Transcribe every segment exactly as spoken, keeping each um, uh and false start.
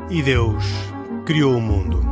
E Deus criou o mundo.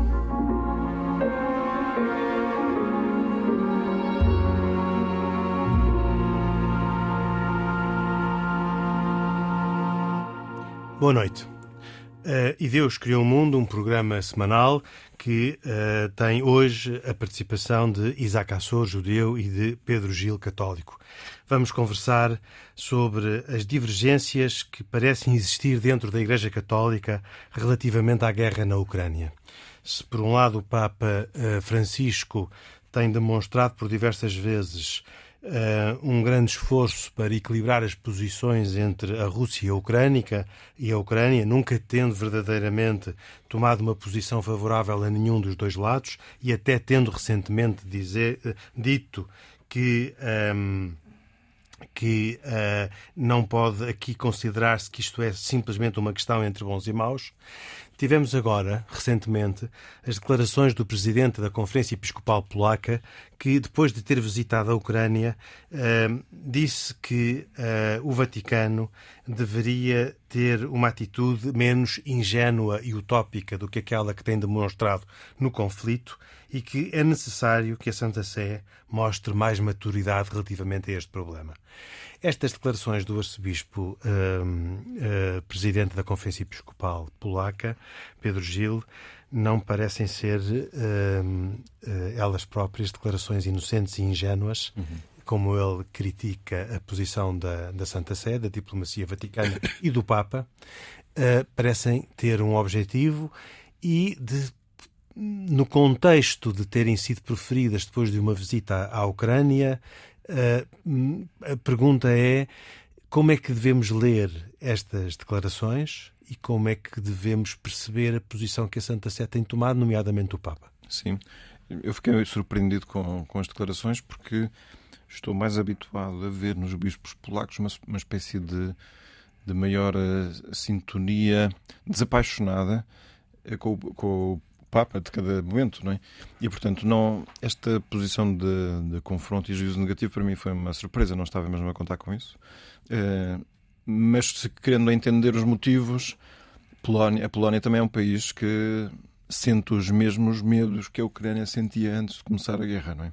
Boa noite. Uh, e Deus criou o mundo, um programa semanal que uh, tem hoje a participação de Isaac Assor, judeu, e de Pedro Gil, católico. Vamos conversar sobre as divergências que parecem existir dentro da Igreja Católica relativamente à guerra na Ucrânia. Se, por um lado, o Papa uh, Francisco tem demonstrado por diversas vezes Uh, um grande esforço para equilibrar as posições entre a Rússia e a Ucrânia, e a Ucrânia nunca tendo verdadeiramente tomado uma posição favorável a nenhum dos dois lados, e até tendo recentemente dizer, uh, dito que, um, que uh, não pode aqui considerar-se que isto é simplesmente uma questão entre bons e maus. Tivemos agora, recentemente, as declarações do presidente da Conferência Episcopal Polaca, que, depois de ter visitado a Ucrânia, uh, disse que uh, o Vaticano deveria ter uma atitude menos ingênua e utópica do que aquela que tem demonstrado no conflito, e que é necessário que a Santa Sé mostre mais maturidade relativamente a este problema. Estas declarações do arcebispo uh, uh, presidente da Conferência Episcopal Polaca, Pedro Gil, não parecem ser uh, uh, elas próprias declarações inocentes e ingênuas, uhum. como ele critica a posição da, da Santa Sé, da diplomacia vaticana e do Papa, uh, parecem ter um objetivo e de no contexto de terem sido proferidas depois de uma visita à Ucrânia, a pergunta é como é que devemos ler estas declarações e como é que devemos perceber a posição que a Santa Sé tem tomado, nomeadamente o Papa. Sim, eu fiquei surpreendido com, com as declarações porque estou mais habituado a ver nos bispos polacos uma, uma espécie de, de maior uh, sintonia desapaixonada uh, com, com o Papa de cada momento, não é? E, portanto, não, esta posição de, de confronto e juízo negativo para mim foi uma surpresa, não estava mesmo a contar com isso. Uh, mas, se querendo entender os motivos, Polónia, a Polónia também é um país que sente os mesmos medos que a Ucrânia sentia antes de começar a guerra, não é?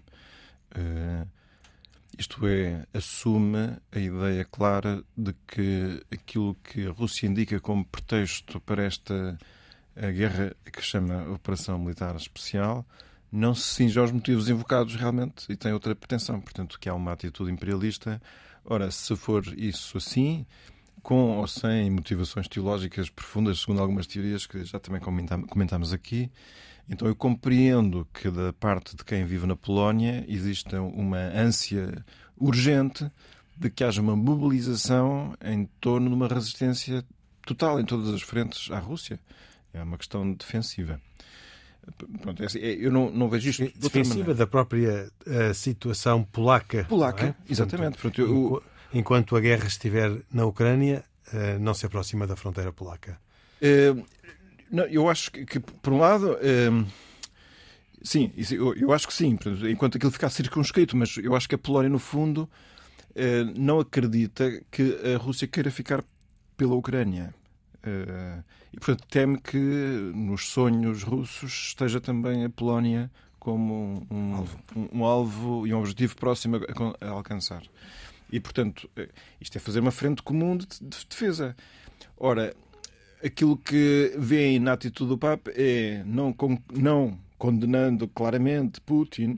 Uh, isto é, assume a ideia clara de que aquilo que a Rússia indica como pretexto para esta a guerra que se chama Operação Militar Especial não se cinge aos motivos invocados realmente e tem outra pretensão. Portanto, que há uma atitude imperialista. Ora, se for isso assim, com ou sem motivações teológicas profundas, segundo algumas teorias que já também comentámos aqui, então eu compreendo que da parte de quem vive na Polónia exista uma ânsia urgente de que haja uma mobilização em torno de uma resistência total em todas as frentes à Rússia. É uma questão defensiva. Pronto, eu não, não vejo isto de outra defensiva maneira. Da própria uh, situação polaca. Polaca, é? exatamente. Portanto, Portanto, eu... Enquanto a guerra estiver na Ucrânia, uh, não se aproxima da fronteira polaca. Uh, não, eu acho que, que, por um lado, uh, sim, eu, eu acho que sim, enquanto aquilo ficar circunscrito, mas eu acho que a Polónia, no fundo, uh, não acredita que a Rússia queira ficar pela Ucrânia. Uh, e, portanto, teme que nos sonhos russos esteja também a Polónia como um, um, alvo. Um, um alvo e um objetivo próximo a, a alcançar. E, portanto, isto é fazer uma frente comum de, de defesa. Ora, aquilo que vem na atitude do Papa é, não, con, não condenando claramente Putin,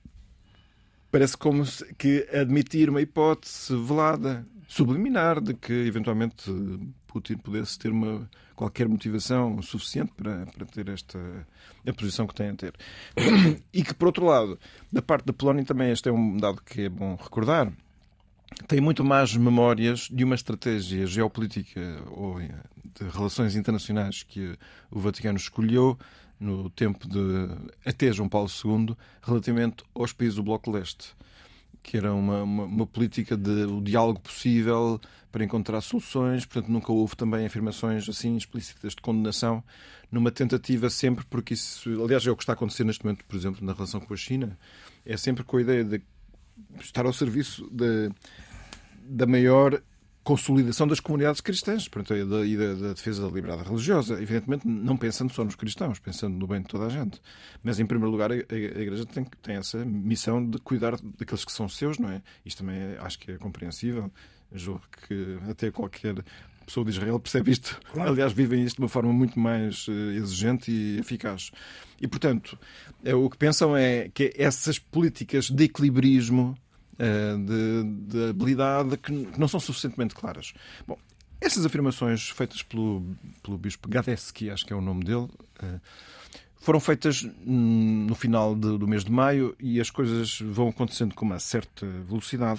parece como se, que admitir uma hipótese velada, subliminar, de que, eventualmente, Putin pudesse ter uma, qualquer motivação suficiente para, para ter esta a posição que tem a ter. E que, por outro lado, da parte da Polónia também, este é um dado que é bom recordar, tem muito mais memórias de uma estratégia geopolítica ou de relações internacionais que o Vaticano escolheu no tempo de até João Paulo segundo, relativamente aos países do Bloco de Leste, que era uma, uma, uma política de o diálogo possível para encontrar soluções. Portanto, nunca houve também afirmações assim explícitas de condenação, numa tentativa sempre, porque isso, aliás, é o que está a acontecer neste momento, por exemplo, na relação com a China, é sempre com a ideia de estar ao serviço de, da maior consolidação das comunidades cristãs, portanto, e, da, e da, da defesa da liberdade religiosa, evidentemente não pensando só nos cristãos, pensando no bem de toda a gente. Mas, em primeiro lugar, a, a Igreja tem, tem essa missão de cuidar daqueles que são seus, não é? Isto também é, acho que é compreensível. Eu julgo que até qualquer pessoa de Israel percebe isto. Claro. Aliás, vivem isto de uma forma muito mais uh, exigente e eficaz. E, portanto, é, o que pensam é que essas políticas de equilibrismo, uh, de, de habilidade, que, que não são suficientemente claras. Bom, essas afirmações feitas pelo, pelo bispo Gadesky, acho que é o nome dele, uh, foram feitas hum, no final de, do mês de maio e as coisas vão acontecendo com uma certa velocidade.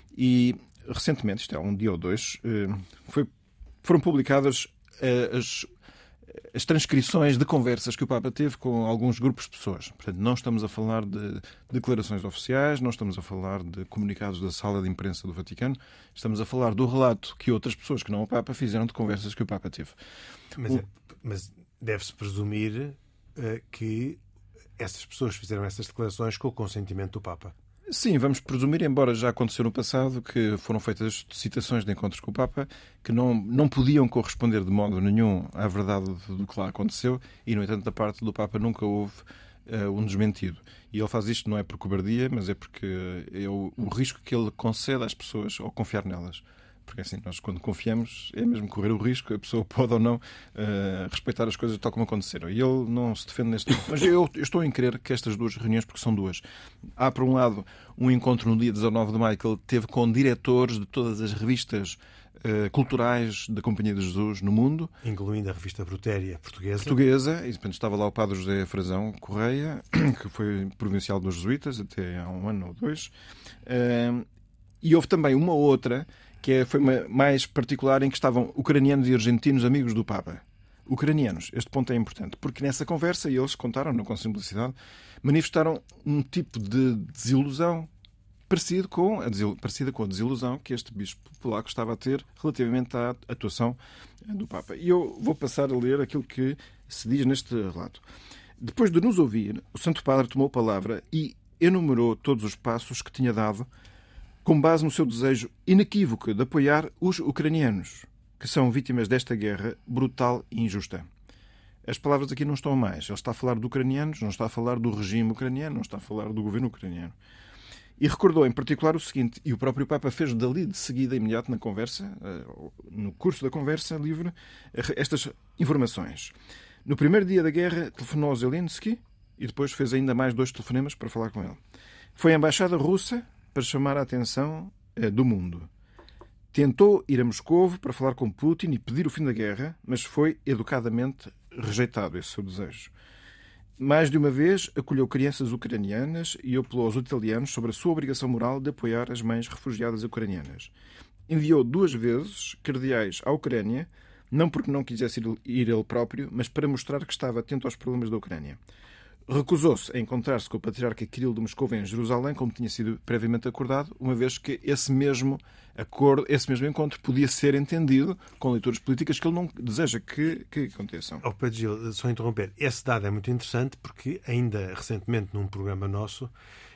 E, recentemente, isto é um dia ou dois, uh, foi foram publicadas uh, as, as transcrições de conversas que o Papa teve com alguns grupos de pessoas. Portanto, não estamos a falar de declarações oficiais, não estamos a falar de comunicados da sala de imprensa do Vaticano, estamos a falar do relato que outras pessoas que não o Papa fizeram de conversas que o Papa teve. Mas, o... é, mas deve-se presumir uh, que essas pessoas fizeram essas declarações com o consentimento do Papa. Sim, vamos presumir, embora já aconteceu no passado, que foram feitas citações de encontros com o Papa que não, não podiam corresponder de modo nenhum à verdade do que lá aconteceu e, no entanto, da parte do Papa nunca houve uh, um desmentido. E ele faz isto não é por cobardia, mas é porque é o, o risco que ele concede às pessoas ao confiar nelas. Porque assim, nós quando confiamos é mesmo correr o risco, a pessoa pode ou não uh, respeitar as coisas tal como aconteceram. E ele não se defende neste momento. Mas eu, eu estou em crer que estas duas reuniões, porque são duas. Há, por um lado, um encontro no dia dezanove de maio que ele teve com diretores de todas as revistas uh, culturais da Companhia de Jesus no mundo. Incluindo a revista Brutéria portuguesa. Portuguesa. E, portanto, estava lá o padre José Frazão Correia, que foi provincial dos jesuítas até há um ano ou dois. Uh, e houve também uma outra que foi uma mais particular, em que estavam ucranianos e argentinos amigos do Papa. Ucranianos. Este ponto é importante, porque nessa conversa, e eles contaram-no com simplicidade, manifestaram um tipo de desilusão parecido com a desil... parecida com a desilusão que este bispo polaco estava a ter relativamente à atuação do Papa. E eu vou passar a ler aquilo que se diz neste relato. Depois de nos ouvir, o Santo Padre tomou a palavra e enumerou todos os passos que tinha dado com base no seu desejo inequívoco de apoiar os ucranianos, que são vítimas desta guerra brutal e injusta. As palavras aqui não estão a mais. Ele está a falar de ucranianos, não está a falar do regime ucraniano, não está a falar do governo ucraniano. E recordou em particular o seguinte, e o próprio Papa fez dali de seguida, imediato na conversa, no curso da conversa livre, estas informações. No primeiro dia da guerra, telefonou a Zelensky e depois fez ainda mais dois telefonemas para falar com ele. Foi à embaixada russa para chamar a atenção eh, do mundo. Tentou ir a Moscovo para falar com Putin e pedir o fim da guerra, mas foi educadamente rejeitado esse seu desejo. Mais de uma vez acolheu crianças ucranianas e apelou aos italianos sobre a sua obrigação moral de apoiar as mães refugiadas ucranianas. Enviou duas vezes cardeais à Ucrânia, não porque não quisesse ir ele próprio, mas para mostrar que estava atento aos problemas da Ucrânia. Recusou-se a encontrar-se com o patriarca Kirilo de Moscou em Jerusalém, como tinha sido previamente acordado, uma vez que esse mesmo acordo, esse mesmo encontro podia ser entendido com leituras políticas que ele não deseja que, que aconteçam. Oh, Pedro Gil, só interromper. Esse dado é muito interessante porque ainda recentemente num programa nosso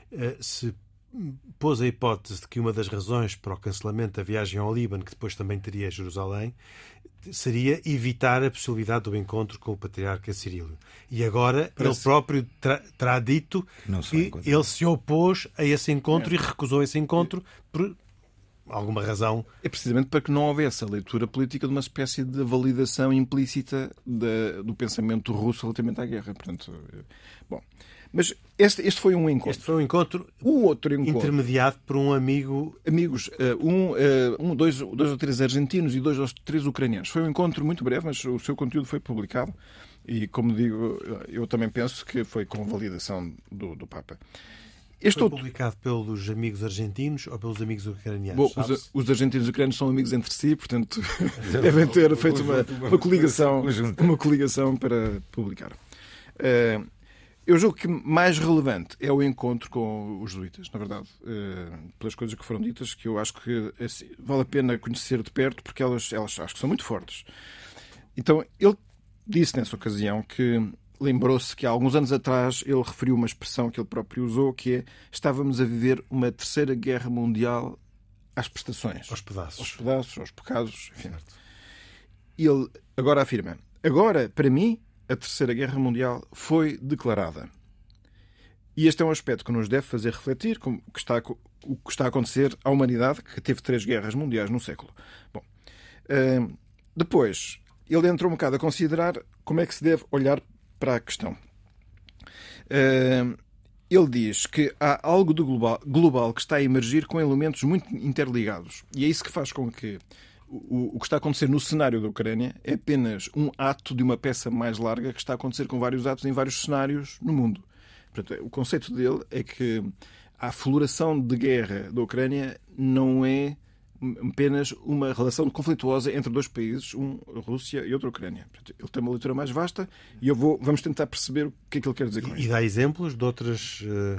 se pôs a hipótese de que uma das razões para o cancelamento da viagem ao Líbano, que depois também teria a Jerusalém, seria evitar a possibilidade do encontro com o patriarca Cirilo. E agora Parece... ele próprio tra- terá dito que ele se opôs a esse encontro é. e recusou esse encontro por alguma razão. É precisamente para que não houvesse a leitura política de uma espécie de validação implícita de, do pensamento russo relativamente à guerra. Portanto, bom... Mas este, este foi um encontro. Este foi um encontro, o outro encontro intermediado por um amigo... Amigos, um, um, dois, dois ou três argentinos e dois ou três ucranianos. Foi um encontro muito breve, mas o seu conteúdo foi publicado. E, como digo, eu também penso que foi com validação do, do Papa. Este foi outro... publicado pelos amigos argentinos ou pelos amigos ucranianos? Bom, os, os argentinos e os ucranianos são amigos entre si, portanto, devem ter feito uma, uma, coligação, uma coligação para publicar. Uh, Eu julgo que mais relevante é o encontro com os jesuítas, na verdade, pelas coisas que foram ditas, que eu acho que assim, vale a pena conhecer de perto, porque elas, elas acho que são muito fortes. Então, ele disse nessa ocasião que lembrou-se que há alguns anos atrás ele referiu uma expressão que ele próprio usou, que é: estávamos a viver uma terceira guerra mundial às prestações. Aos pedaços. Aos pedaços, aos pecados, enfim. Ele agora afirma: agora, para mim, a Terceira Guerra Mundial foi declarada. E este é um aspecto que nos deve fazer refletir como que está, o que está a acontecer à humanidade, que teve três guerras mundiais no século. Bom, uh, depois, ele entrou um bocado a considerar como é que se deve olhar para a questão. Uh, ele diz que há algo de global, global que está a emergir com elementos muito interligados. E é isso que faz com que o, o que está a acontecer no cenário da Ucrânia é apenas um ato de uma peça mais larga que está a acontecer com vários atos em vários cenários no mundo. Portanto, o conceito dele é que a floração de guerra da Ucrânia não é apenas uma relação conflituosa entre dois países, um a Rússia e outro a Ucrânia. Portanto, ele tem uma leitura mais vasta e eu vou, vamos tentar perceber o que é que ele quer dizer com e, isto. E dá exemplos de outras... Uh...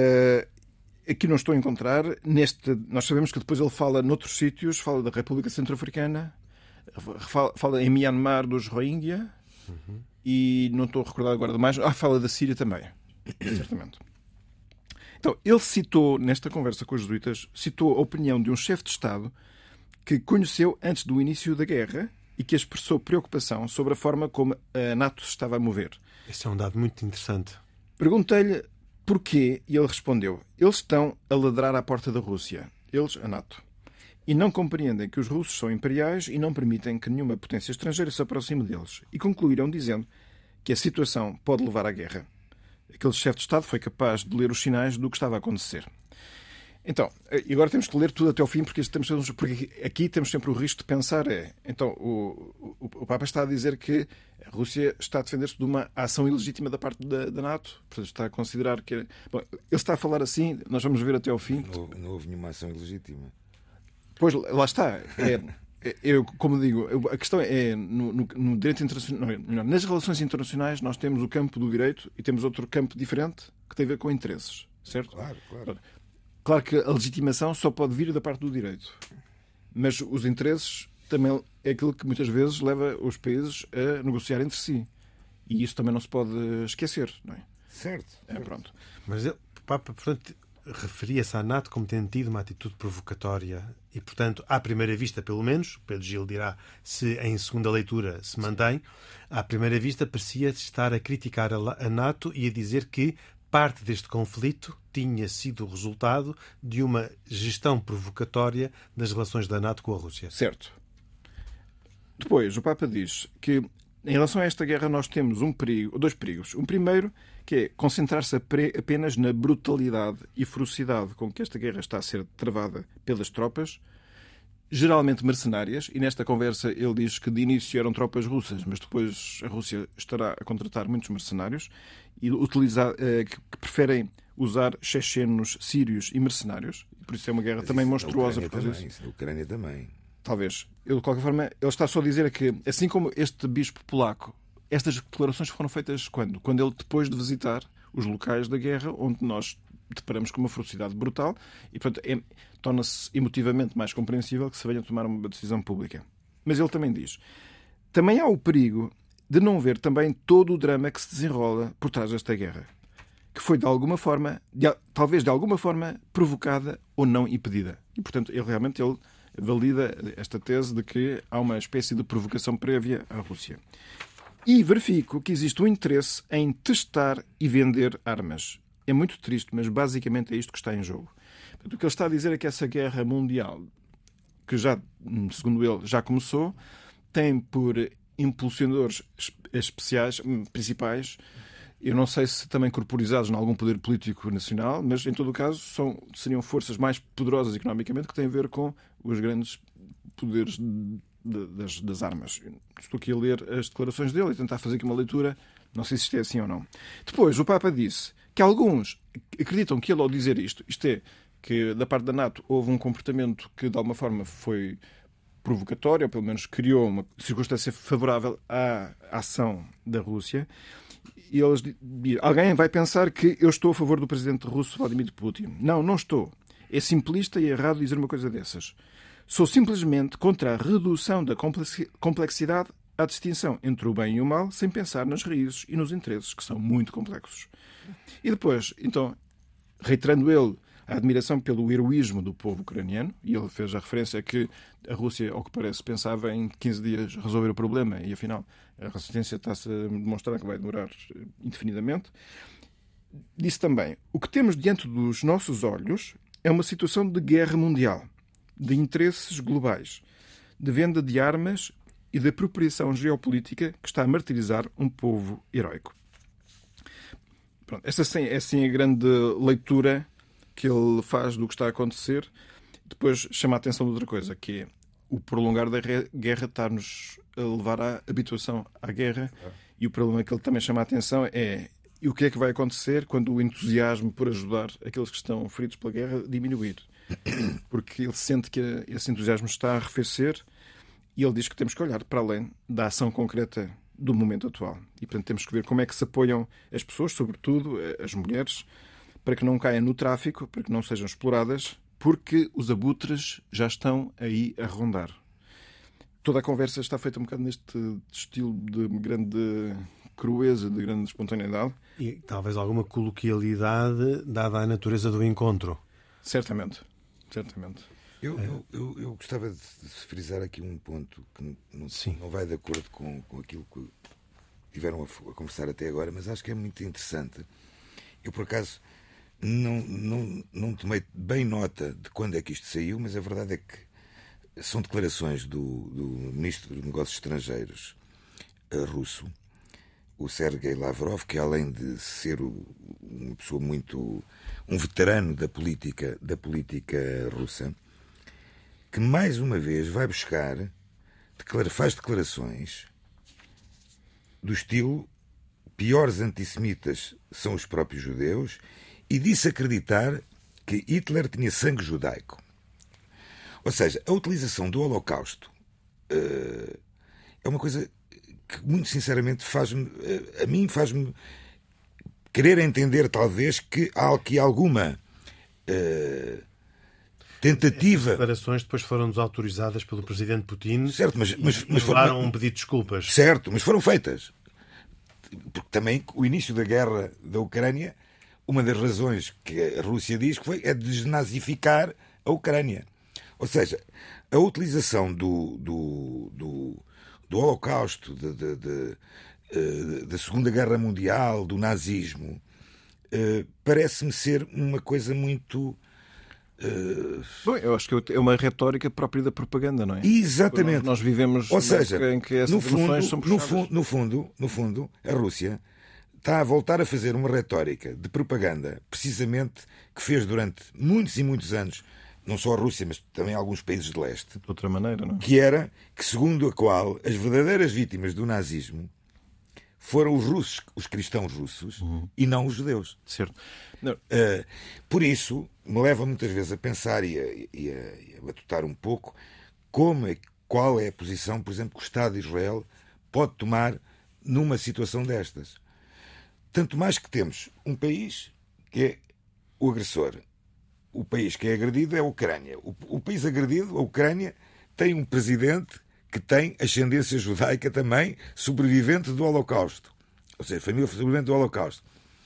Uh, aqui não estou a encontrar. Neste, nós sabemos que depois ele fala noutros sítios, fala da República Centro-Africana, fala, fala em Myanmar dos Rohingya uhum. e não estou a recordar agora de mais. Ah, fala da Síria também. Certamente. Então, ele citou, nesta conversa com os jesuítas, citou a opinião de um chefe de Estado que conheceu antes do início da guerra e que expressou preocupação sobre a forma como a NATO se estava a mover. Esse é um dado muito interessante. Perguntei-lhe porquê e ele respondeu: eles estão a ladrar à porta da Rússia, eles, a NATO, e não compreendem que os russos são imperiais e não permitem que nenhuma potência estrangeira se aproxime deles. E concluíram dizendo que a situação pode levar à guerra. Aquele chefe de Estado foi capaz de ler os sinais do que estava a acontecer. Então, e agora temos que ler tudo até ao fim, porque, temos, porque aqui temos sempre o risco de pensar é, então, o, o, o Papa está a dizer que a Rússia está a defender-se de uma ação ilegítima da parte da, da NATO, portanto está a considerar que... Bom, ele está a falar assim, nós vamos ver até ao fim. Não, não houve nenhuma ação ilegítima. Pois, lá está. É, Eu, como digo, a questão é no, no, no direito internacional, não, nas relações internacionais nós temos o campo do direito e temos outro campo diferente que tem a ver com interesses, certo? Claro, claro. Claro que a legitimação só pode vir da parte do direito, mas os interesses também é aquilo que muitas vezes leva os países a negociar entre si e isso também não se pode esquecer, não é? Certo. É, pronto. Mas o Papa, portanto, referia-se à NATO como tendo tido uma atitude provocatória e, portanto, à primeira vista, pelo menos, Pedro Gil dirá se em segunda leitura se mantém, à primeira vista parecia estar a criticar a NATO e a dizer que parte deste conflito tinha sido o resultado de uma gestão provocatória das relações da NATO com a Rússia. Certo. Depois, o Papa diz que em relação a esta guerra nós temos um perigo, dois perigos. Um primeiro, que é concentrar-se apenas na brutalidade e ferocidade com que esta guerra está a ser travada pelas tropas, geralmente mercenárias, e nesta conversa ele diz que de início eram tropas russas, mas depois a Rússia estará a contratar muitos mercenários e utilizar, eh, que preferem usar chechenos, sírios e mercenários. Por isso é uma guerra mas também monstruosa. Por causa disso. A Ucrânia também. Talvez. Eu, de qualquer forma, ele está só a dizer que, assim como este bispo polaco, estas declarações foram feitas quando? Quando ele, depois de visitar os locais da guerra, onde nós deparamos com uma ferocidade brutal, e, portanto, é, torna-se emotivamente mais compreensível que se venha a tomar uma decisão pública. Mas ele também diz, também há o perigo de não ver também todo o drama que se desenrola por trás desta guerra, que foi, de alguma forma, de, talvez de alguma forma, provocada ou não impedida. E, portanto, ele realmente... ele valida esta tese de que há uma espécie de provocação prévia à Rússia. E verifico que existe um interesse em testar e vender armas. É muito triste, mas basicamente é isto que está em jogo. O que ele está a dizer é que essa guerra mundial, que já, segundo ele, já começou, tem por impulsionadores especiais, principais, eu não sei se também corporizados em algum poder político nacional, mas, em todo o caso, são, seriam forças mais poderosas economicamente que têm a ver com os grandes poderes de, de, das, das armas. Estou aqui a ler as declarações dele e tentar fazer aqui uma leitura, não sei se isto é assim ou não. Depois, o Papa disse que alguns acreditam que ele, ao dizer isto, isto é, que da parte da NATO houve um comportamento que, de alguma forma, foi provocatório, ou pelo menos criou uma circunstância favorável à ação da Rússia. E eles dizem, alguém vai pensar que eu estou a favor do presidente russo Vladimir Putin. Não, não estou. É simplista e errado dizer uma coisa dessas. Sou simplesmente contra a redução da complexidade à distinção entre o bem e o mal, sem pensar nas raízes e nos interesses, que são muito complexos. E depois, então, reiterando ele a admiração pelo heroísmo do povo ucraniano, e ele fez a referência a que a Rússia, ao que parece, pensava em quinze dias resolver o problema, e afinal a resistência está-se a demonstrar que vai demorar indefinidamente. Disse também: o que temos diante dos nossos olhos é uma situação de guerra mundial, de interesses globais, de venda de armas e de apropriação geopolítica que está a martirizar um povo heroico. Pronto, essa sim, é sim a grande leitura que ele faz do que está a acontecer. Depois chama a atenção de outra coisa, que é o prolongar da guerra está-nos a levar à habituação à guerra. E o problema que ele também chama a atenção é e o que é que vai acontecer quando o entusiasmo por ajudar aqueles que estão feridos pela guerra diminuir. Porque ele sente que esse entusiasmo está a arrefecer e ele diz que temos que olhar para além da ação concreta do momento atual. E, portanto, temos que ver como é que se apoiam as pessoas, sobretudo as mulheres, para que não caiam no tráfico, para que não sejam exploradas, porque os abutres já estão aí a rondar. Toda a conversa está feita um bocado neste estilo de grande crueza, de grande espontaneidade. E talvez alguma coloquialidade dada à natureza do encontro. Certamente, certamente. Eu, eu, eu, eu gostava de frisar aqui um ponto que não, não, não vai de acordo com, com aquilo que tiveram a, a conversar até agora, mas acho que é muito interessante. Eu, por acaso, não, não, não tomei bem nota de quando é que isto saiu, mas a verdade é que são declarações do, do Ministro dos Negócios Estrangeiros uh, russo, o Sergei Lavrov, que além de ser o, uma pessoa muito... um veterano da política, da política russa, que mais uma vez vai buscar, declara, faz declarações do estilo piores antissemitas são os próprios judeus e disse acreditar que Hitler tinha sangue judaico. Ou seja, a utilização do Holocausto uh, é uma coisa que, muito sinceramente, faz-me, uh, a mim faz-me querer entender, talvez, que há aqui alguma uh, tentativa... As declarações depois foram desautorizadas pelo presidente Putin. Certo, mas, mas, mas levaram foram... um pedido de desculpas. Certo, mas foram feitas. Porque também o início da guerra da Ucrânia, uma das razões que a Rússia diz que foi é desnazificar a Ucrânia. Ou seja, a utilização do, do, do, do Holocausto, de, de, de, da Segunda Guerra Mundial, do nazismo, uh, parece-me ser uma coisa muito... Uh... Bom, eu acho que é uma retórica própria da propaganda, não é? Exatamente. Nós vivemos Ou seja, em que essas no fundo, emoções são no, puxadas. fundo, no, fundo, no fundo, a Rússia está a voltar a fazer uma retórica de propaganda, precisamente, que fez durante muitos e muitos anos, não só a Rússia, mas também alguns países de leste, De outra maneira, não é? que era que, segundo a qual, as verdadeiras vítimas do nazismo foram os russos, os cristãos russos, uhum. e não os judeus. Certo. Não. Uh, por isso, me leva muitas vezes a pensar e a, e a, e a batutar um pouco como é, qual é a posição, por exemplo, que o Estado de Israel pode tomar numa situação destas. Tanto mais que temos um país que é o agressor. O país que é agredido é a Ucrânia. O, o país agredido, a Ucrânia, tem um presidente que tem ascendência judaica também, sobrevivente do Holocausto. Ou seja, família sobrevivente do Holocausto.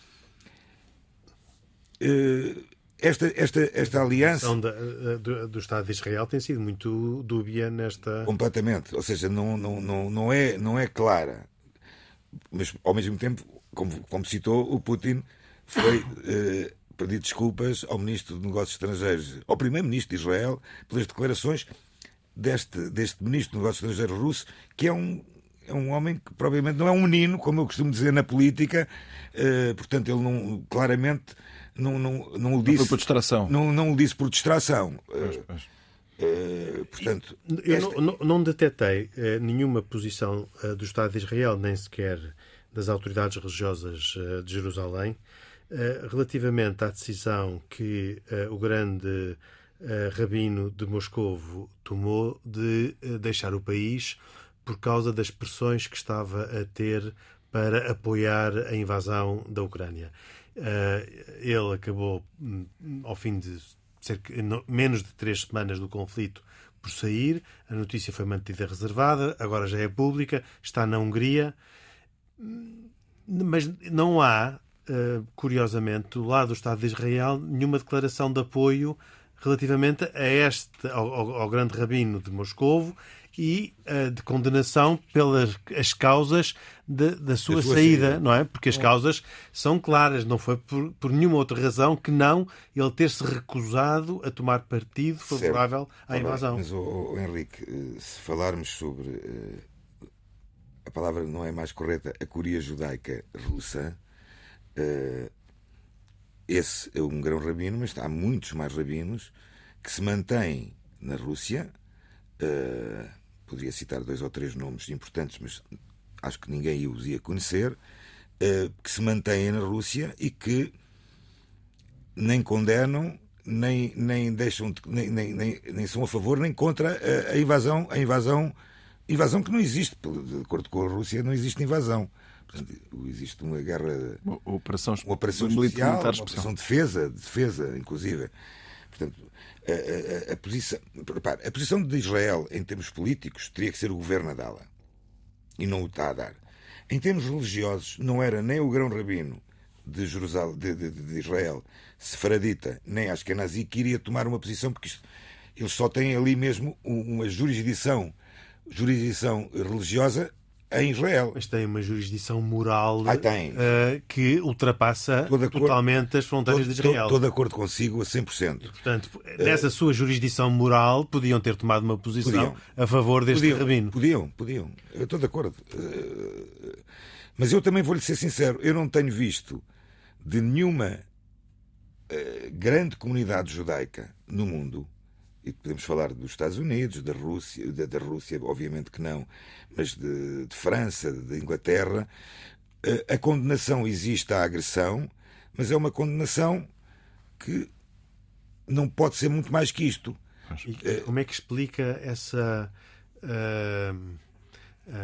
Esta, esta, esta aliança... A da, do, do Estado de Israel tem sido muito dúbia nesta... Completamente. Ou seja, não, não, não, não, é, não é clara. Mas, ao mesmo tempo, como, como citou, o Putin foi... Eh, pedir desculpas ao Ministro de Negócios Estrangeiros, ao Primeiro-Ministro de Israel, pelas declarações deste, deste Ministro de Negócios Estrangeiros russo, que é um, é um homem que provavelmente não é um menino, como eu costumo dizer na política, uh, portanto ele não, claramente não, não, não o disse... Não foi por distração. Não, não o disse por distração. Pois, pois. Uh, portanto, eu esta... não, não, não detetei uh, nenhuma posição uh, do Estado de Israel, nem sequer das autoridades religiosas uh, de Jerusalém, Uh, relativamente à decisão que uh, o grande uh, rabino de Moscovo tomou de uh, deixar o país por causa das pressões que estava a ter para apoiar a invasão da Ucrânia. Uh, ele acabou, um, ao fim de cerca, no, menos de três semanas do conflito, por sair. A notícia foi mantida reservada, agora já é pública, está na Hungria, mas não há curiosamente, do lado do Estado de Israel, nenhuma declaração de apoio relativamente a este, ao, ao grande rabino de Moscovo e uh, de condenação pelas as causas de, da sua, sua saída, saída, não é? Porque as causas são claras, não foi por, por nenhuma outra razão que não ele ter-se recusado a tomar partido favorável certo. à invasão. Mas, oh, oh, Henrique, se falarmos sobre, uh, a palavra não é mais correta, a curia judaica russa, uh, esse é um grão rabino, mas há muitos mais rabinos que se mantêm na Rússia. Uh, poderia citar dois ou três nomes importantes, mas acho que ninguém os ia conhecer, uh, que se mantêm na Rússia e que nem condenam, nem, nem deixam, nem, nem, nem, nem são a favor, nem contra a, a invasão, a invasão, invasão que não existe. De acordo com a Rússia, não existe invasão. Portanto, existe uma guerra, uma operação, uma operação especial, uma operação de defesa, de defesa, inclusive. Portanto, a, a, a, posição, repare, a posição de Israel em termos políticos teria que ser o governo a dá-la. E não o está a dar. Em termos religiosos, não era nem o grão-rabino de, Jerusalém, de, de, de Israel, sefaradita, nem Ashkenazi, que iria tomar uma posição, porque isto, eles só têm ali mesmo uma jurisdição, jurisdição religiosa em Israel. Mas tem uma jurisdição moral ah, tem. Uh, que ultrapassa totalmente acordo, as fronteiras todo, de Israel. Estou de acordo consigo a cem por cento. E, portanto, nessa uh, sua jurisdição moral, podiam ter tomado uma posição podiam, a favor deste podiam, rabino. Podiam, podiam. Eu estou de acordo. Uh, mas eu também vou-lhe ser sincero, eu não tenho visto de nenhuma uh, grande comunidade judaica no mundo, e podemos falar dos Estados Unidos, da Rússia, da, da Rússia, obviamente que não, mas de, de França, de Inglaterra, a, a condenação existe à agressão, mas é uma condenação que não pode ser muito mais que isto. E como é que explica essa uh, uh,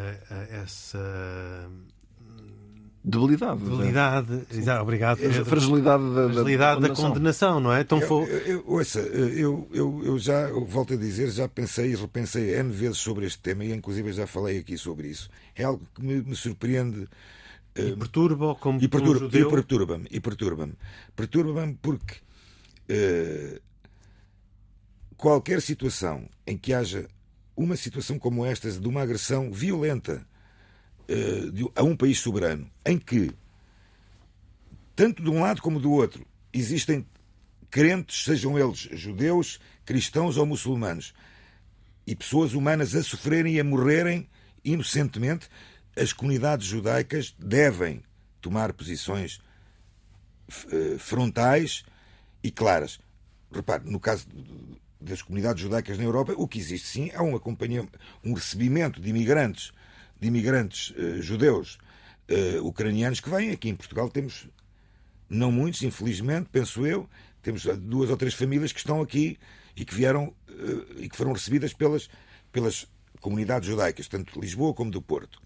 essa debilidade, debilidade, exato, obrigado, a fragilidade da, da, fragilidade da, da condenação, não é? Então, eu, for... eu, eu, ouça, eu, eu, eu já eu volto a dizer, já pensei e repensei N vezes sobre este tema e inclusive já falei aqui sobre isso. É algo que me, me surpreende e perturba como e perturba, judeu... e perturba-me e perturba-me perturba-me porque uh, qualquer situação em que haja uma situação como esta de uma agressão violenta a um país soberano, em que, tanto de um lado como do outro, existem crentes, sejam eles judeus, cristãos ou muçulmanos, e pessoas humanas a sofrerem e a morrerem inocentemente, as comunidades judaicas devem tomar posições frontais e claras. Repare, no caso das comunidades judaicas na Europa, o que existe sim é um acompanhamento, um recebimento de imigrantes de imigrantes uh, judeus uh, ucranianos que vêm. Aqui em Portugal temos, não muitos, infelizmente, penso eu, temos duas ou três famílias que estão aqui e que vieram uh, e que foram recebidas pelas, pelas comunidades judaicas, tanto de Lisboa como do Porto.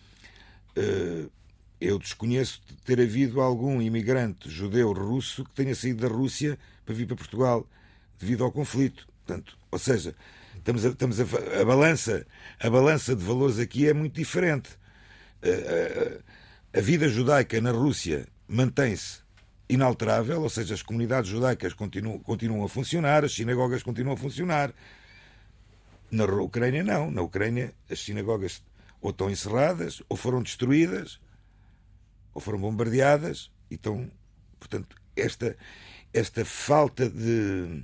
Uh, eu desconheço de ter havido algum imigrante judeu russo que tenha saído da Rússia para vir para Portugal devido ao conflito. Portanto, ou seja, Estamos a, estamos a, a, balança, a balança de valores aqui é muito diferente. A, a, a vida judaica na Rússia mantém-se inalterável, ou seja, as comunidades judaicas continuam, continuam a funcionar, as sinagogas continuam a funcionar. Na Ucrânia não. Na Ucrânia as sinagogas ou estão encerradas, ou foram destruídas, ou foram bombardeadas. E estão, portanto, esta, esta falta de...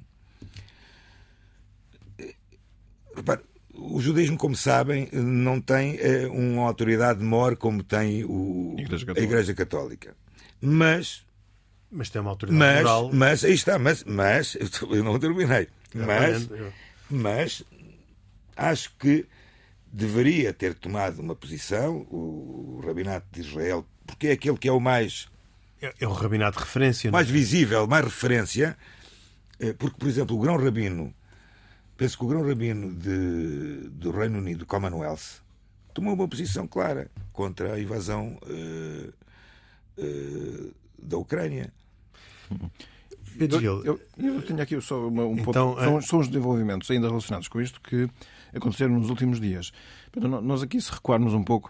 Repare, o judaísmo, como sabem, não tem é, uma autoridade maior como tem o, Igreja a Igreja Católica. Mas... Mas tem uma autoridade mas, moral. Mas, aí está, mas, mas eu não terminei. Mas, mas acho que deveria ter tomado uma posição o Rabinato de Israel, porque é aquele que é o mais... É, é o Rabinato de referência. Mais não? visível, mais referência, porque, por exemplo, o grão-rabino, penso que o grão-rabino de, do Reino Unido, do Commonwealth, tomou uma posição clara contra a invasão uh, uh, da Ucrânia. Eu, eu, eu tenho aqui só uma, um então, ponto. São, são os desenvolvimentos ainda relacionados com isto que aconteceram nos últimos dias. Nós aqui, se recuarmos um pouco,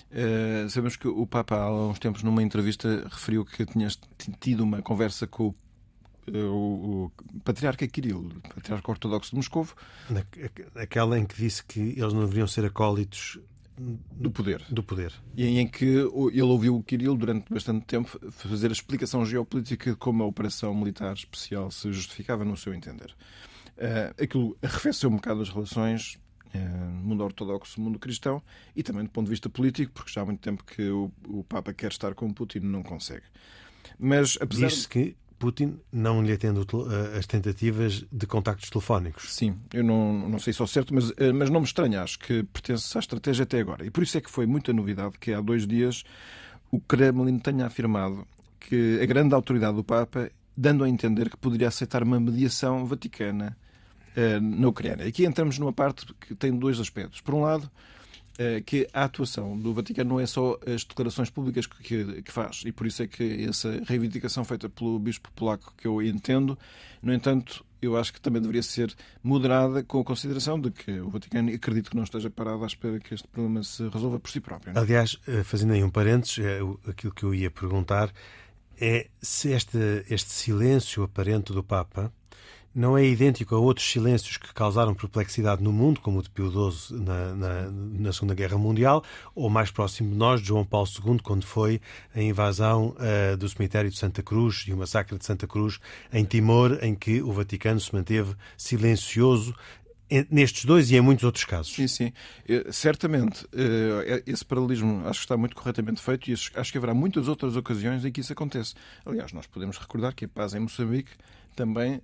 Uh, sabemos que o Papa, há uns tempos, numa entrevista, referiu que tinha tido uma conversa com o O, o patriarca Kirill, patriarca ortodoxo de Moscovo. Aquela em que disse que eles não deveriam ser acólitos do poder. do poder. E em que ele ouviu o Kirill durante bastante tempo fazer a explicação geopolítica de como a operação militar especial se justificava no seu entender. Uh, aquilo arrefeceu um bocado as relações uh, mundo ortodoxo, mundo cristão, e também do ponto de vista político, porque já há muito tempo que o, o Papa quer estar com Putin e não consegue. Mas apesar Diz-se que Putin não lhe atende as tentativas de contactos telefónicos. Sim, eu não, não sei se é certo, mas, mas não me estranha, acho que pertence à estratégia até agora. E por isso é que foi muita novidade que há dois dias o Kremlin tenha afirmado que a grande autoridade do Papa, dando a entender que poderia aceitar uma mediação vaticana uh, na Ucrânia. Aqui entramos numa parte que tem dois aspectos. Por um lado, que a atuação do Vaticano não é só as declarações públicas que, que faz, e por isso é que essa reivindicação feita pelo bispo polaco que eu entendo, no entanto, eu acho que também deveria ser moderada com a consideração de que o Vaticano, acredito que não esteja parado à espera que este problema se resolva por si próprio. Não? Aliás, fazendo aí um parênteses, aquilo que eu ia perguntar é se este, este silêncio aparente do Papa não é idêntico a outros silêncios que causaram perplexidade no mundo, como o de Pio doze na, na, na Segunda Guerra Mundial, ou mais próximo de nós, de João Paulo segundo, quando foi a invasão uh, do cemitério de Santa Cruz e o massacre de Santa Cruz em Timor, em que o Vaticano se manteve silencioso nestes dois e em muitos outros casos. Sim, sim. Certamente, esse paralelismo acho que está muito corretamente feito e acho que haverá muitas outras ocasiões em que isso acontece. Aliás, nós podemos recordar que a paz em Moçambique também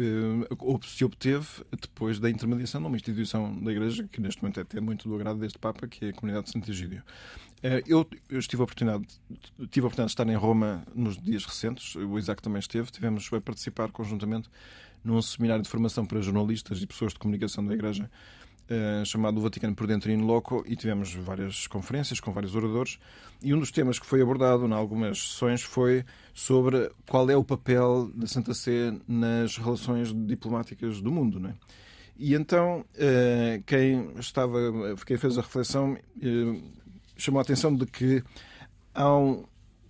se obteve depois da intermediação de uma instituição da Igreja que neste momento é até muito do agrado deste Papa, que é a Comunidade de Santo Egídio. Eu, eu estive a oportunidade, tive a oportunidade de estar em Roma nos dias recentes, o Isaac também esteve, tivemos a participar conjuntamente num seminário de formação para jornalistas e pessoas de comunicação da Igreja, Uh, chamado O Vaticano por Dentro e in Loco, e tivemos várias conferências com vários oradores, e um dos temas que foi abordado em algumas sessões foi sobre qual é o papel da Santa Sé nas relações diplomáticas do mundo, não é? E então uh, quem estava, quem fez a reflexão uh, chamou a atenção de que há um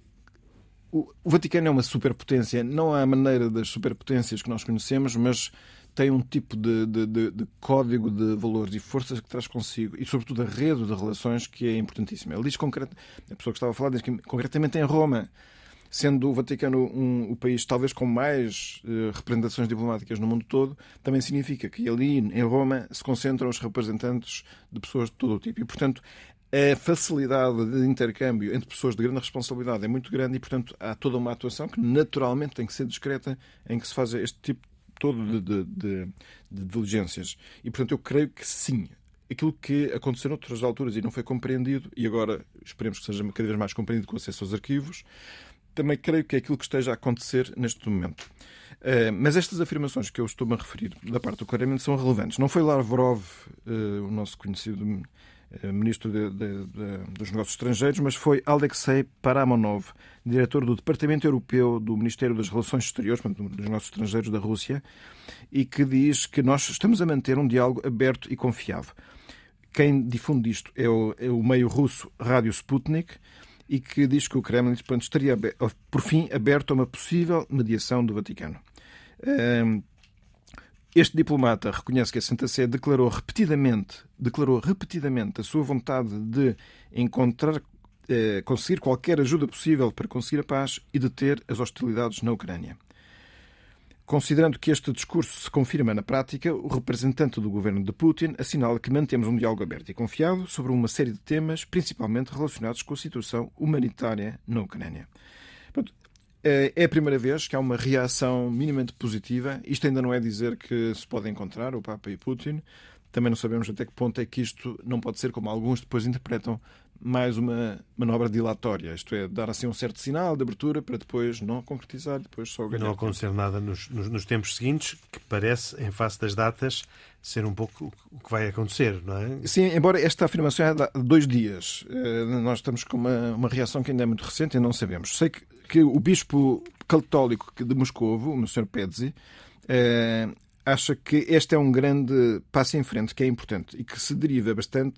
o, o Vaticano é uma superpotência, não há maneira das superpotências que nós conhecemos, mas tem um tipo de, de, de, de código de valores e forças que traz consigo, e sobretudo a rede de relações que é importantíssima. Ele diz concreto, a pessoa que estava a falar diz que concretamente em Roma, sendo o Vaticano um, o país talvez com mais uh, representações diplomáticas no mundo todo, também significa que ali em Roma se concentram os representantes de pessoas de todo o tipo. E, portanto, a facilidade de intercâmbio entre pessoas de grande responsabilidade é muito grande e, portanto, há toda uma atuação que naturalmente tem que ser discreta em que se faz este tipo todo de, de, de, de diligências. E, portanto, eu creio que sim. Aquilo que aconteceu noutras alturas e não foi compreendido, e agora esperemos que seja cada vez mais compreendido com acesso aos arquivos, também creio que é aquilo que esteja a acontecer neste momento. Uh, mas estas afirmações que eu estou-me a referir da parte do Kremlin são relevantes. Não foi Lavrov, uh, o nosso conhecido uh, ministro de, de, de, dos Negócios Estrangeiros, mas foi Alexei Paramonov, diretor do Departamento Europeu do Ministério das Relações Exteriores, portanto, dos Negócios Estrangeiros da Rússia, e que diz que nós estamos a manter um diálogo aberto e confiável. Quem difunde isto é o, é o meio russo Rádio Sputnik, e que diz que o Kremlin, portanto, estaria, por fim, aberto a uma possível mediação do Vaticano. Este diplomata reconhece que a Santa Sé declarou repetidamente, declarou repetidamente a sua vontade de encontrar, conseguir qualquer ajuda possível para conseguir a paz e deter as hostilidades na Ucrânia. Considerando que este discurso se confirma na prática, o representante do governo de Putin assinala que mantemos um diálogo aberto e confiável sobre uma série de temas, principalmente relacionados com a situação humanitária na Ucrânia. É a primeira vez que há uma reação minimamente positiva. Isto ainda não é dizer que se pode encontrar o Papa e Putin. Também não sabemos até que ponto é que isto não pode ser, como alguns depois interpretam, mais uma manobra dilatória. Isto é, dar assim um certo sinal de abertura para depois não concretizar, depois só ganhar. Não acontecer nada nos, nos, nos tempos seguintes, que parece, em face das datas, ser um pouco o que vai acontecer, não é? Sim, embora esta afirmação é de dois dias. Nós estamos com uma, uma reação que ainda é muito recente e não sabemos. Sei que, que o bispo católico de Moscovo, o senhor Pezzi, eh, acha que este é um grande passo em frente, que é importante e que se deriva bastante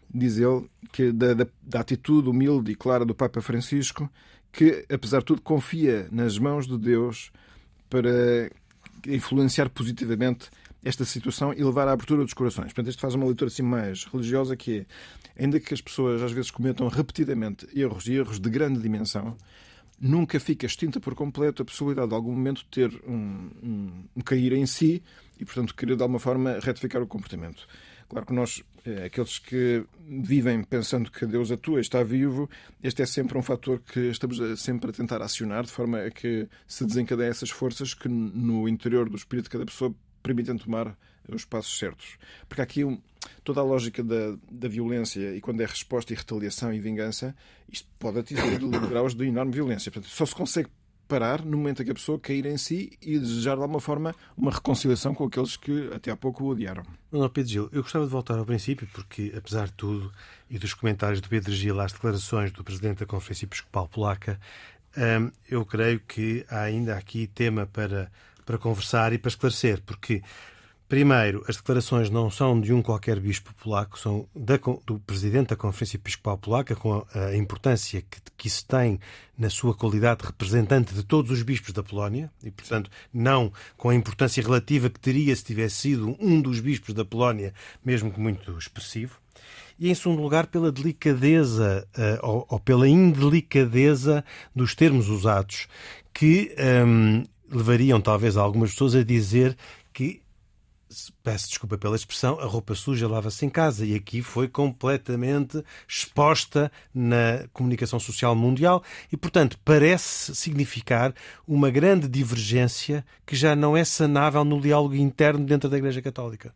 diz ele, que da, da, da atitude humilde e clara do Papa Francisco, que, apesar de tudo, confia nas mãos de Deus para influenciar positivamente esta situação e levar à abertura dos corações. Portanto, isto faz uma leitura assim mais religiosa, que é, ainda que as pessoas às vezes cometam repetidamente erros e erros de grande dimensão, nunca fica extinta por completo a possibilidade de algum momento ter um, um, um cair em si e, portanto, querer de alguma forma retificar o comportamento. Claro que nós, aqueles que vivem pensando que Deus atua e está vivo, este é sempre um fator que estamos sempre a tentar acionar, de forma a que se desencadeiem essas forças que no interior do espírito de cada pessoa permitem tomar os passos certos. Porque há aqui um, toda a lógica da, da violência, e quando é resposta e retaliação e vingança, isto pode atingir graus de enorme violência. Portanto, só se consegue parar no momento em que a pessoa cair em si e desejar de alguma forma uma reconciliação com aqueles que até há pouco o odiaram. Não, Pedro Gil, eu gostava de voltar ao princípio, porque apesar de tudo e dos comentários do Pedro Gil às declarações do Presidente da Conferência Episcopal Polaca, hum, eu creio que há ainda aqui tema para, para conversar e para esclarecer, porque primeiro, as declarações não são de um qualquer bispo polaco, são da, do Presidente da Conferência Episcopal Polaca, com a, a importância que, que isso tem na sua qualidade de representante de todos os bispos da Polónia, e, portanto, não com a importância relativa que teria se tivesse sido um dos bispos da Polónia, mesmo que muito expressivo. E, em segundo lugar, pela delicadeza uh, ou, ou pela indelicadeza dos termos usados, que um, levariam, talvez, algumas pessoas a dizer que, peço desculpa pela expressão, a roupa suja lava-se em casa, e aqui foi completamente exposta na comunicação social mundial e, portanto, parece significar uma grande divergência que já não é sanável no diálogo interno dentro da Igreja Católica.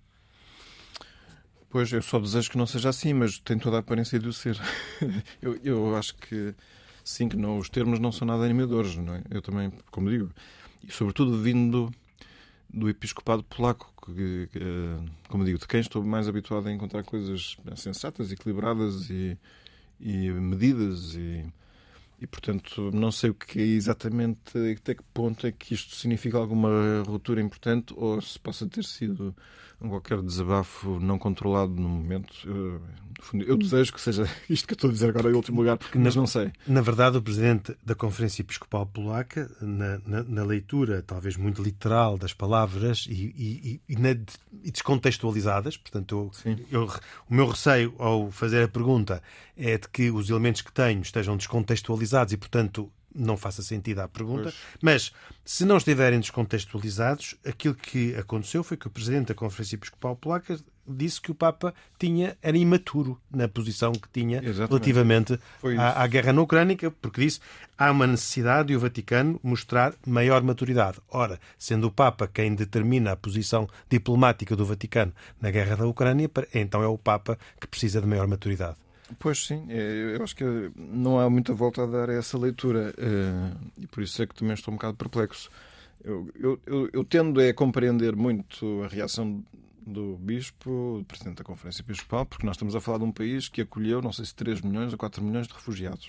Pois, eu só desejo que não seja assim, mas tem toda a aparência de o ser. eu, eu acho que sim, que não, os termos não são nada animadores, não é? Eu também, como digo, e sobretudo vindo do episcopado polaco, que, que, como digo, de quem estou mais habituado a encontrar coisas sensatas, equilibradas e, e medidas e, e, portanto, não sei o que é exatamente, até que ponto é que isto significa alguma ruptura importante ou se possa ter sido um qualquer desabafo não controlado no momento. Eu, no fundo, eu desejo que seja isto que eu estou a dizer agora em último lugar, porque mas não sei. Na verdade, o Presidente da Conferência Episcopal Polaca, na, na, na leitura talvez muito literal das palavras e, e, e, na, e descontextualizadas, portanto, eu, eu, o meu receio ao fazer a pergunta é de que os elementos que tenho estejam descontextualizados e, portanto, não faça sentido à pergunta, pois. Mas se não estiverem descontextualizados, aquilo que aconteceu foi que o Presidente da Conferência Episcopal Polaca disse que o Papa tinha, era imaturo na posição que tinha Exatamente. relativamente à, à guerra na Ucrânia, porque disse há uma necessidade de o Vaticano mostrar maior maturidade. Ora, sendo o Papa quem determina a posição diplomática do Vaticano na guerra da Ucrânia, então é o Papa que precisa de maior maturidade. Pois sim, eu acho que não há muita volta a dar a essa leitura e por isso é que também estou um bocado perplexo. Eu, eu, eu, eu tendo a compreender muito a reação do Bispo, do Presidente da Conferência Episcopal, porque nós estamos a falar de um país que acolheu, não sei se três milhões ou quatro milhões de refugiados,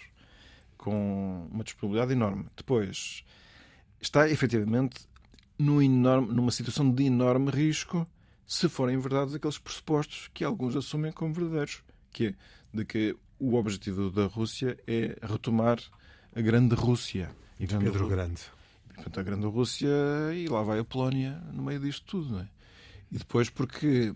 com uma disponibilidade enorme. Depois, está efetivamente num enorme, numa situação de enorme risco, se forem verdades aqueles pressupostos que alguns assumem como verdadeiros, que é de que o objetivo da Rússia é retomar a grande Rússia. E de Pedro Grande. Portanto, a grande Rússia, e lá vai a Polónia no meio disto tudo, não é? E depois porque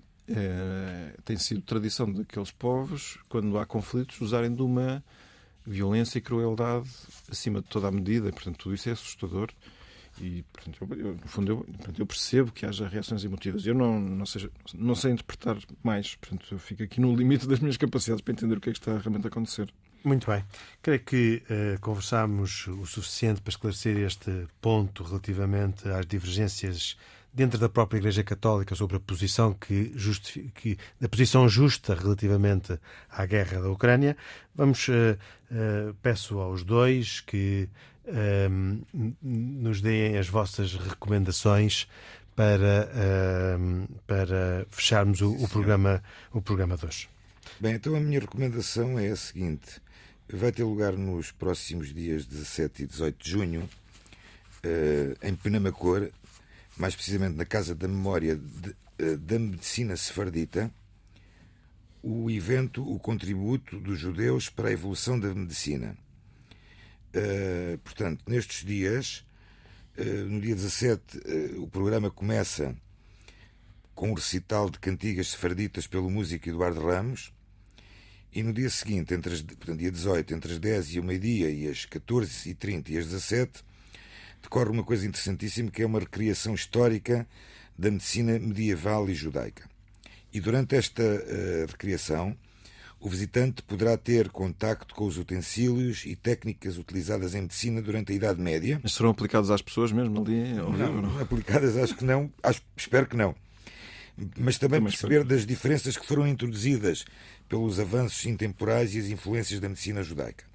é, tem sido tradição daqueles povos, quando há conflitos, usarem de uma violência e crueldade acima de toda a medida. Portanto, tudo isso é assustador. E, portanto, eu, eu, no fundo, eu, portanto, eu percebo que haja reações emotivas. Eu não, não, sei, não sei interpretar mais. Portanto, eu fico aqui no limite das minhas capacidades para entender o que é que está realmente a acontecer. Muito bem. Creio que uh, conversámos o suficiente para esclarecer este ponto relativamente às divergências dentro da própria Igreja Católica sobre a posição que, justifica, que a posição justa relativamente à guerra da Ucrânia. Vamos, uh, uh, peço aos dois que Um, nos deem as vossas recomendações para, um, para fecharmos o, o, programa, o programa de hoje. Bem, então a minha recomendação é a seguinte. Vai ter lugar nos próximos dias dezassete e dezoito de junho, uh, em Penamacor, mais precisamente na Casa da Memória de, uh, da Medicina Sefardita, o evento O Contributo dos Judeus para a Evolução da Medicina. Uh, portanto, nestes dias, uh, no dia dezassete, uh, o programa começa com um recital de cantigas sefarditas pelo músico Eduardo Ramos, e no dia seguinte, entre as, portanto, dia dezoito, entre as dez e o meio-dia e as catorze e trinta e as dezassete, decorre uma coisa interessantíssima, que é uma recriação histórica da medicina medieval e judaica. E durante esta uh, recriação, o visitante poderá ter contacto com os utensílios e técnicas utilizadas em medicina durante a Idade Média. Mas serão aplicados às pessoas mesmo ali? Não, não, não aplicadas, acho que não. Acho, espero que não. Mas também Também perceber espero. das diferenças que foram introduzidas pelos avanços intemporais e as influências da medicina judaica.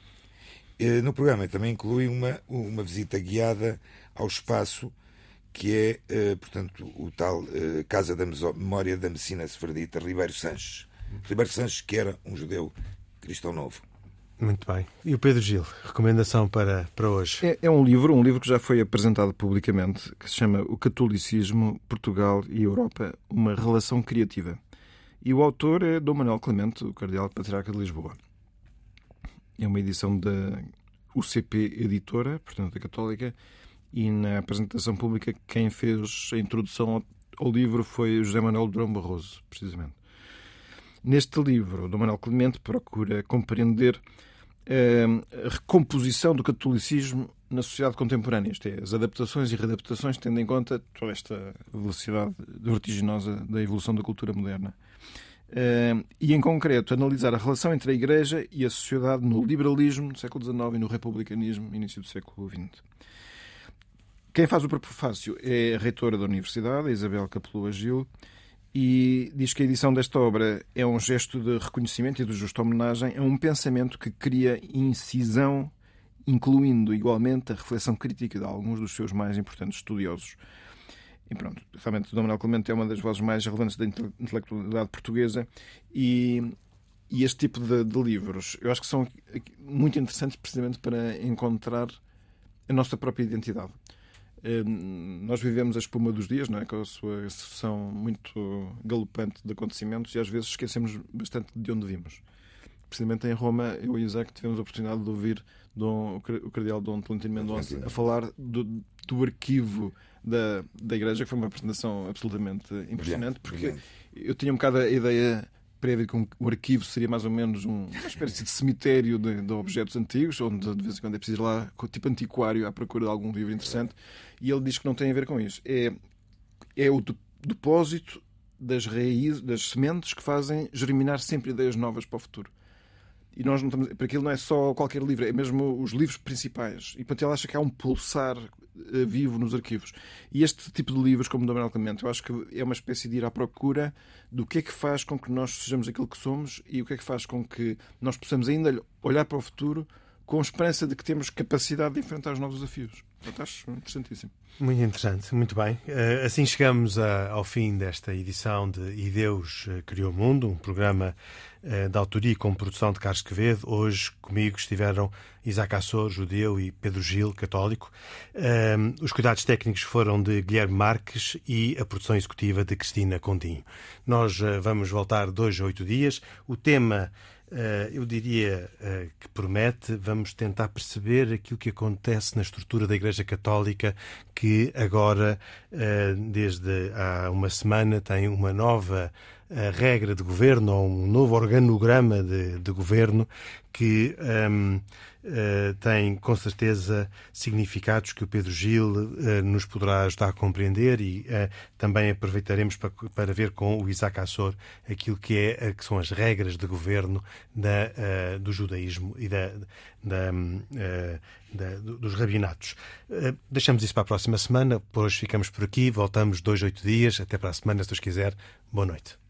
No programa também inclui uma, uma visita guiada ao espaço, que é, portanto, o tal Casa da Memória da Medicina Sefardita, Ribeiro Sanches. Ribeiro Sanches, que era um judeu cristão novo. Muito bem. E o Pedro Gil, recomendação para, para hoje? É, é um livro, um livro que já foi apresentado publicamente, que se chama O Catolicismo, Portugal e Europa, uma relação criativa. E o autor é Dom Manuel Clemente, o Cardeal Patriarca de Lisboa. É uma edição da U C P Editora, portanto da Católica, e na apresentação pública quem fez a introdução ao, ao livro foi José Manuel Durão Barroso, precisamente. Neste livro, Dom Manuel Clemente procura compreender a recomposição do catolicismo na sociedade contemporânea, isto é, as adaptações e readaptações, tendo em conta toda esta velocidade vertiginosa da evolução da cultura moderna. E, em concreto, analisar a relação entre a Igreja e a sociedade no liberalismo do século dezenove e no republicanismo início do século vinte. Quem faz o prefácio é a reitora da Universidade, a Isabel Capelua Gil, e diz que a edição desta obra é um gesto de reconhecimento e de justa homenagem a um pensamento que cria incisão, incluindo igualmente a reflexão crítica de alguns dos seus mais importantes estudiosos. E pronto, realmente, Dom Manuel Clemente é uma das vozes mais relevantes da intelectualidade portuguesa e, e este tipo de, de livros eu acho que são muito interessantes precisamente para encontrar a nossa própria identidade. Nós vivemos a espuma dos dias, não é? Com a sua sucessão muito galopante de acontecimentos, e às vezes esquecemos bastante de onde vimos. Precisamente em Roma, eu e o Isaac tivemos a oportunidade de ouvir Dom, o cardeal Dom Tolentino Mendonça a falar do, do arquivo da, da Igreja, que foi uma apresentação absolutamente impressionante, porque eu tinha um bocado a ideia prévia que o arquivo seria mais ou menos um, uma espécie de cemitério de, de objetos antigos, onde de vez em quando é preciso ir lá, tipo antiquário, à procura de algum livro interessante, e ele diz que não tem a ver com isso. É, é o depósito das raízes, das sementes que fazem germinar sempre ideias novas para o futuro. E nós não estamos, para aquilo não é só qualquer livro, é mesmo os livros principais. E portanto ele acha que há um pulsar uh, vivo nos arquivos. E este tipo de livros, como o Dom Manuel Clemente, eu acho que é uma espécie de ir à procura do que é que faz com que nós sejamos aquilo que somos e o que é que faz com que nós possamos ainda olhar para o futuro com esperança de que temos capacidade de enfrentar os novos desafios. Portanto, acho interessantíssimo. Muito interessante, muito bem. Assim chegamos ao fim desta edição de E Deus Criou o Mundo, um programa de autoria e com produção de Carlos Quevedo. Hoje comigo estiveram Isaac Assor, judeu, e Pedro Gil, católico. Os cuidados técnicos foram de Guilherme Marques e a produção executiva de Cristina Continho. Nós vamos voltar dois a oito dias. O tema... Uh, eu diria uh, que promete. Vamos tentar perceber aquilo que acontece na estrutura da Igreja Católica, que agora, uh, desde há uma semana, tem uma nova uh, regra de governo, ou um novo organograma de, de governo, que um, uh, tem com certeza significados que o Pedro Gil uh, nos poderá ajudar a compreender, e uh, também aproveitaremos para, para ver com o Isaac Assor aquilo que, é, que são as regras de governo da, uh, do judaísmo e da, da, uh, da, dos rabinatos. Uh, deixamos isso para a próxima semana. Por hoje ficamos por aqui. Voltamos dois a oito dias. Até para a semana, se Deus quiser. Boa noite.